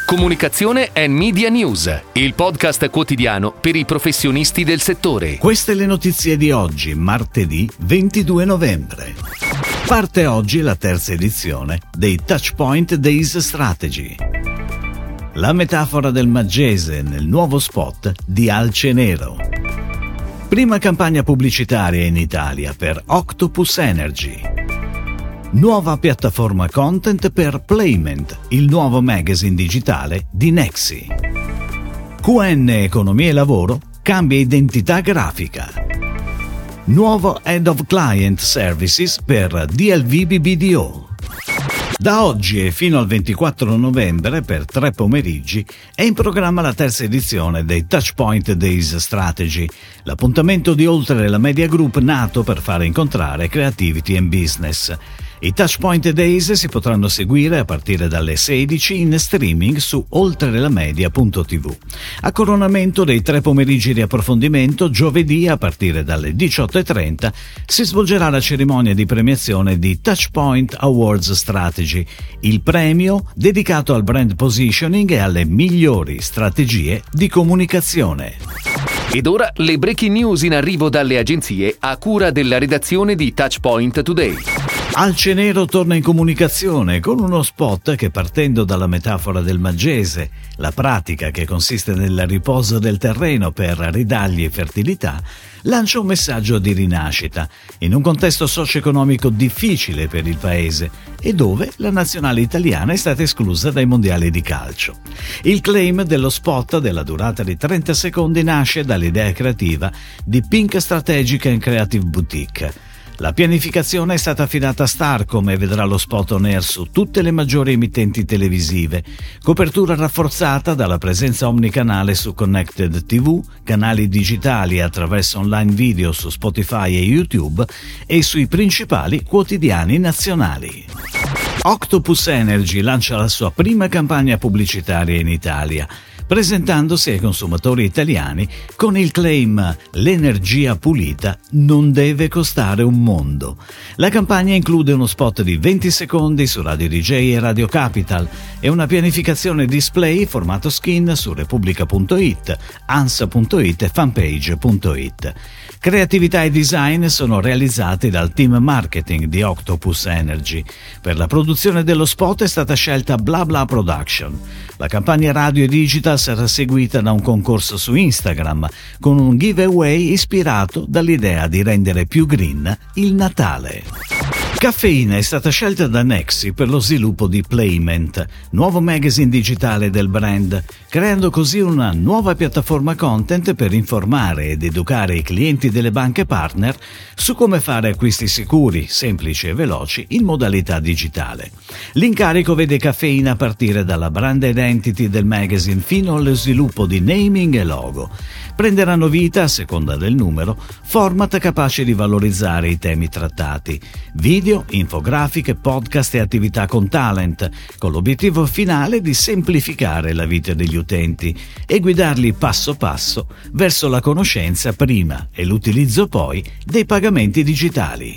Comunicazione and Media News, il podcast quotidiano per i professionisti del settore. Queste le notizie di oggi, martedì 22 novembre. Parte oggi la terza edizione dei Touchpoint Days Strategy. La metafora del Maggese nel nuovo spot di Alce Nero. Prima campagna pubblicitaria in Italia per Octopus Energy. Nuova piattaforma content per Playment, il nuovo magazine digitale di Nexi. QN Economia e Lavoro cambia identità grafica. Nuovo Head of Client Services per DLV BBDO. Da oggi e fino al 24 novembre, per 3 pomeriggi, è in programma la terza edizione dei Touchpoint Days Strategy, l'appuntamento di Oltre la Media Group nato per fare incontrare creativity and business. I Touchpoint Days si potranno seguire a partire dalle 16 in streaming su oltrelamedia.tv. A coronamento dei 3 pomeriggi di approfondimento, giovedì a partire dalle 18:30 si svolgerà la cerimonia di premiazione di Touchpoint Awards Strategy, il premio dedicato al brand positioning e alle migliori strategie di comunicazione. Ed ora le breaking news in arrivo dalle agenzie a cura della redazione di Touchpoint Today. Alce Nero torna in comunicazione con uno spot che, partendo dalla metafora del Maggese, la pratica che consiste nel riposo del terreno per ridargli fertilità, lancia un messaggio di rinascita in un contesto socio-economico difficile per il paese e dove la nazionale italiana è stata esclusa dai mondiali di calcio. Il claim dello spot, della durata di 30 secondi, nasce dall'idea creativa di Pink Strategic and Creative Boutique. La pianificazione è stata affidata a Starcom e vedrà lo spot on air su tutte le maggiori emittenti televisive, copertura rafforzata dalla presenza omnicanale su Connected TV, canali digitali attraverso online video su Spotify e YouTube e sui principali quotidiani nazionali. Octopus Energy lancia la sua prima campagna pubblicitaria in Italia, presentandosi ai consumatori italiani con il claim «L'energia pulita non deve costare un mondo». La campagna include uno spot di 20 secondi su Radio DJ e Radio Capital e una pianificazione display formato skin su Repubblica.it, Ansa.it e Fanpage.it. Creatività e design sono realizzati dal team marketing di Octopus Energy. Per la produzione dello spot è stata scelta BlaBla Production. La campagna radio e digital sarà seguita da un concorso su Instagram con un giveaway ispirato dall'idea di rendere più green il Natale. Caffeina è stata scelta da Nexi per lo sviluppo di Playment, nuovo magazine digitale del brand, creando così una nuova piattaforma content per informare ed educare i clienti delle banche partner su come fare acquisti sicuri, semplici e veloci in modalità digitale. L'incarico vede Caffeina partire dalla brand identity del magazine fino allo sviluppo di naming e logo. Prenderanno vita, a seconda del numero, format capaci di valorizzare i temi trattati, video, infografiche, podcast e attività con talent, con l'obiettivo finale di semplificare la vita degli utenti e guidarli passo passo verso la conoscenza prima e l'utilizzo poi dei pagamenti digitali.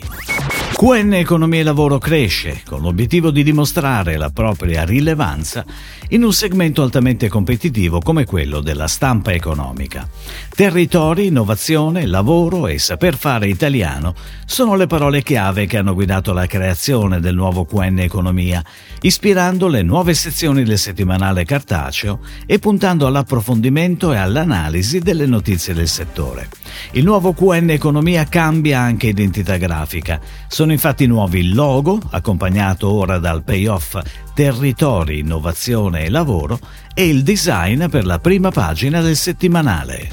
QN Economia e Lavoro cresce con l'obiettivo di dimostrare la propria rilevanza in un segmento altamente competitivo come quello della stampa economica. Territori, innovazione, lavoro e saper fare italiano sono le parole chiave che hanno guidato la creazione del nuovo QN Economia, ispirando le nuove sezioni del settimanale cartaceo e puntando all'approfondimento e all'analisi delle notizie del settore. Il nuovo QN Economia cambia anche identità grafica. Sono infatti nuovi il logo, accompagnato ora dal payoff Territori, Innovazione e Lavoro, e il design per la prima pagina del settimanale.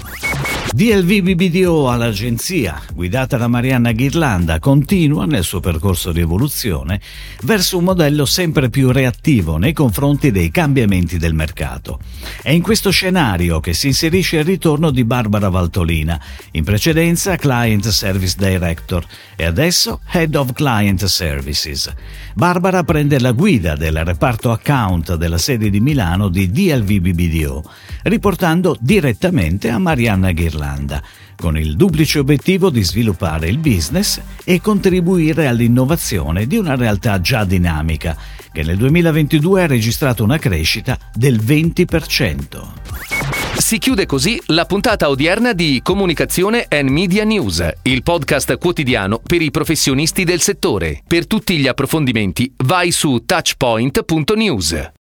DLV BBDO all'agenzia, guidata da Marianna Ghirlanda, continua nel suo percorso di evoluzione verso un modello sempre più reattivo nei confronti dei cambiamenti del mercato. È in questo scenario che si inserisce il ritorno di Barbara Valtolina, in precedenza Client Service Director e adesso Head of Client Services. Barbara prende la guida del reparto account della sede di Milano di DLV BBDO, riportando direttamente a Marianna Ghirlanda. Irlanda, con il duplice obiettivo di sviluppare il business e contribuire all'innovazione di una realtà già dinamica, che nel 2022 ha registrato una crescita del 20%. Si chiude così la puntata odierna di Comunicazione & Media News, il podcast quotidiano per i professionisti del settore. Per tutti gli approfondimenti vai su touchpoint.news.